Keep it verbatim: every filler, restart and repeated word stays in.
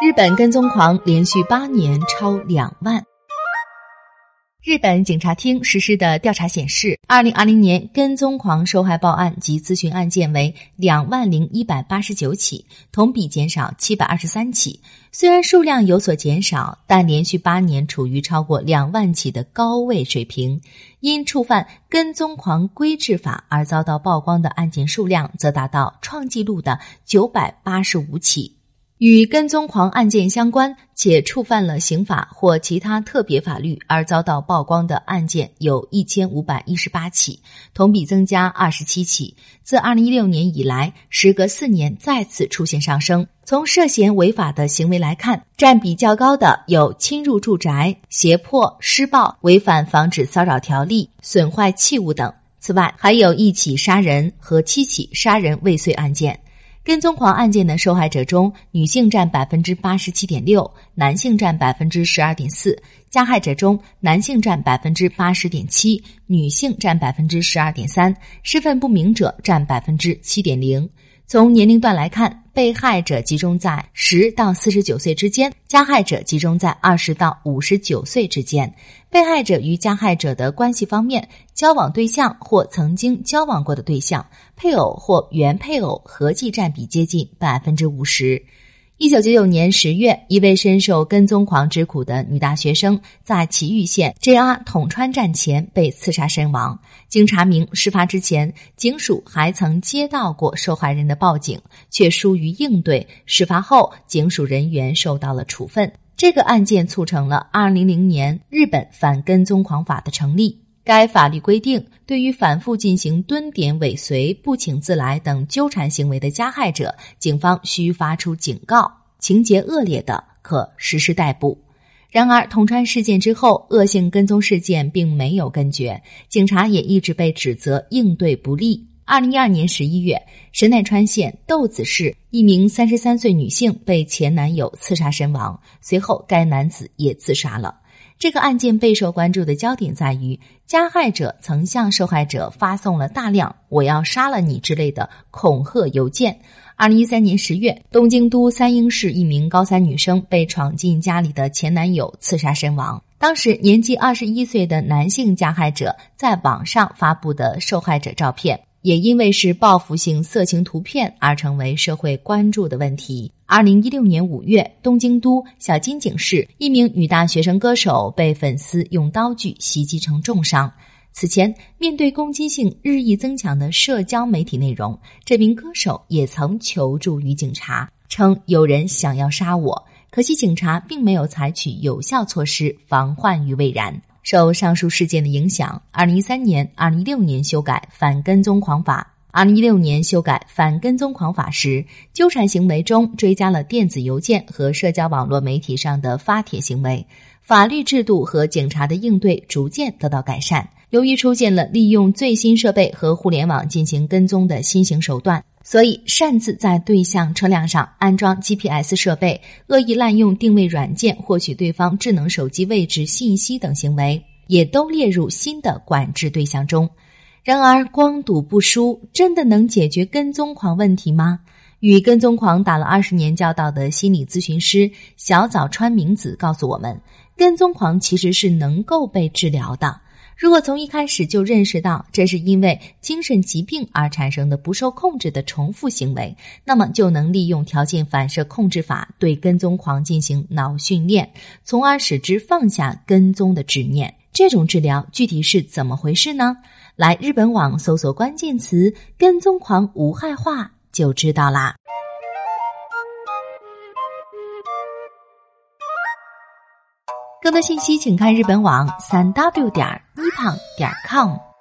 日本跟踪狂连续八年超两万。日本警察厅实施的调查显示，二零二零年跟踪狂受害报案及咨询案件为两万零一百八十九起，同比减少七百二十三起。虽然数量有所减少，但连续八年处于超过两万起的高位水平。因触犯跟踪狂规制法而遭到曝光的案件数量则达到创纪录的九百八十五起。与跟踪狂案件相关且触犯了刑法或其他特别法律而遭到曝光的案件有一千五百一十八起，同比增加二十七起。自二零一六年以来，时隔四年再次出现上升。从涉嫌违法的行为来看，占比较高的有侵入住宅、胁迫、施暴、违反防止骚扰条例、损坏器物等。此外，还有一起杀人和七起杀人未遂案件。跟踪狂案件的受害者中，女性占 百分之八十七点六， 男性占 百分之十二点四， 加害者中男性占 百分之八十点七， 女性占 百分之十二点三， 身份不明者占 百分之七点零。从年龄段来看，被害者集中在十到四十九岁之间，加害者集中在二十到五十九岁之间。被害者与加害者的关系方面，交往对象或曾经交往过的对象、配偶或原配偶合计占比接近 百分之五十。一九九九年十月，一位深受跟踪狂之苦的女大学生在崎玉县 J R 统川站前被刺杀身亡。经查明，事发之前，警署还曾接到过受害人的报警，却疏于应对。事发后，警署人员受到了处分。这个案件促成了二零零零年日本反跟踪狂法的成立。该法律规定，对于反复进行蹲点尾随、不请自来等纠缠行为的加害者，警方需发出警告，情节恶劣的可实施逮捕。然而，统川事件之后，恶性跟踪事件并没有根绝，警察也一直被指责应对不力。二零一二年十一月，神奈川县豆子市一名三十三岁女性被前男友刺杀身亡，随后该男子也自杀了。这个案件备受关注的焦点在于，加害者曾向受害者发送了大量“我要杀了你”之类的恐吓邮件。二零一三年十月，东京都三鹰市一名高三女生被闯进家里的前男友刺杀身亡。当时年纪二十一岁的男性加害者在网上发布的受害者照片，也因为是报复性色情图片而成为社会关注的问题。二零一六年五月，东京都小金井市一名女大学生歌手被粉丝用刀具袭击成重伤。此前，面对攻击性日益增强的社交媒体内容，这名歌手也曾求助于警察，称有人想要杀我，可惜警察并没有采取有效措施防患于未然。受上述事件的影响，二零一三年、二零一六年修改反跟踪狂法。二零一六年修改反跟踪狂法时，纠缠行为中追加了电子邮件和社交网络媒体上的发帖行为，法律制度和警察的应对逐渐得到改善。由于出现了利用最新设备和互联网进行跟踪的新型手段，所以擅自在对象车辆上安装 G P S 设备、恶意滥用定位软件获取对方智能手机位置信息等行为，也都列入新的管制对象中。然而，光赌不输真的能解决跟踪狂问题吗？与跟踪狂打了二十年交道的心理咨询师小早川明子告诉我们，跟踪狂其实是能够被治疗的。如果从一开始就认识到这是因为精神疾病而产生的不受控制的重复行为，那么就能利用条件反射控制法对跟踪狂进行脑训练，从而使之放下跟踪的执念。这种治疗具体是怎么回事呢？来日本网搜索关键词跟踪狂无害化就知道啦。更多信息请看日本网 三 w 点 nippon 点 com。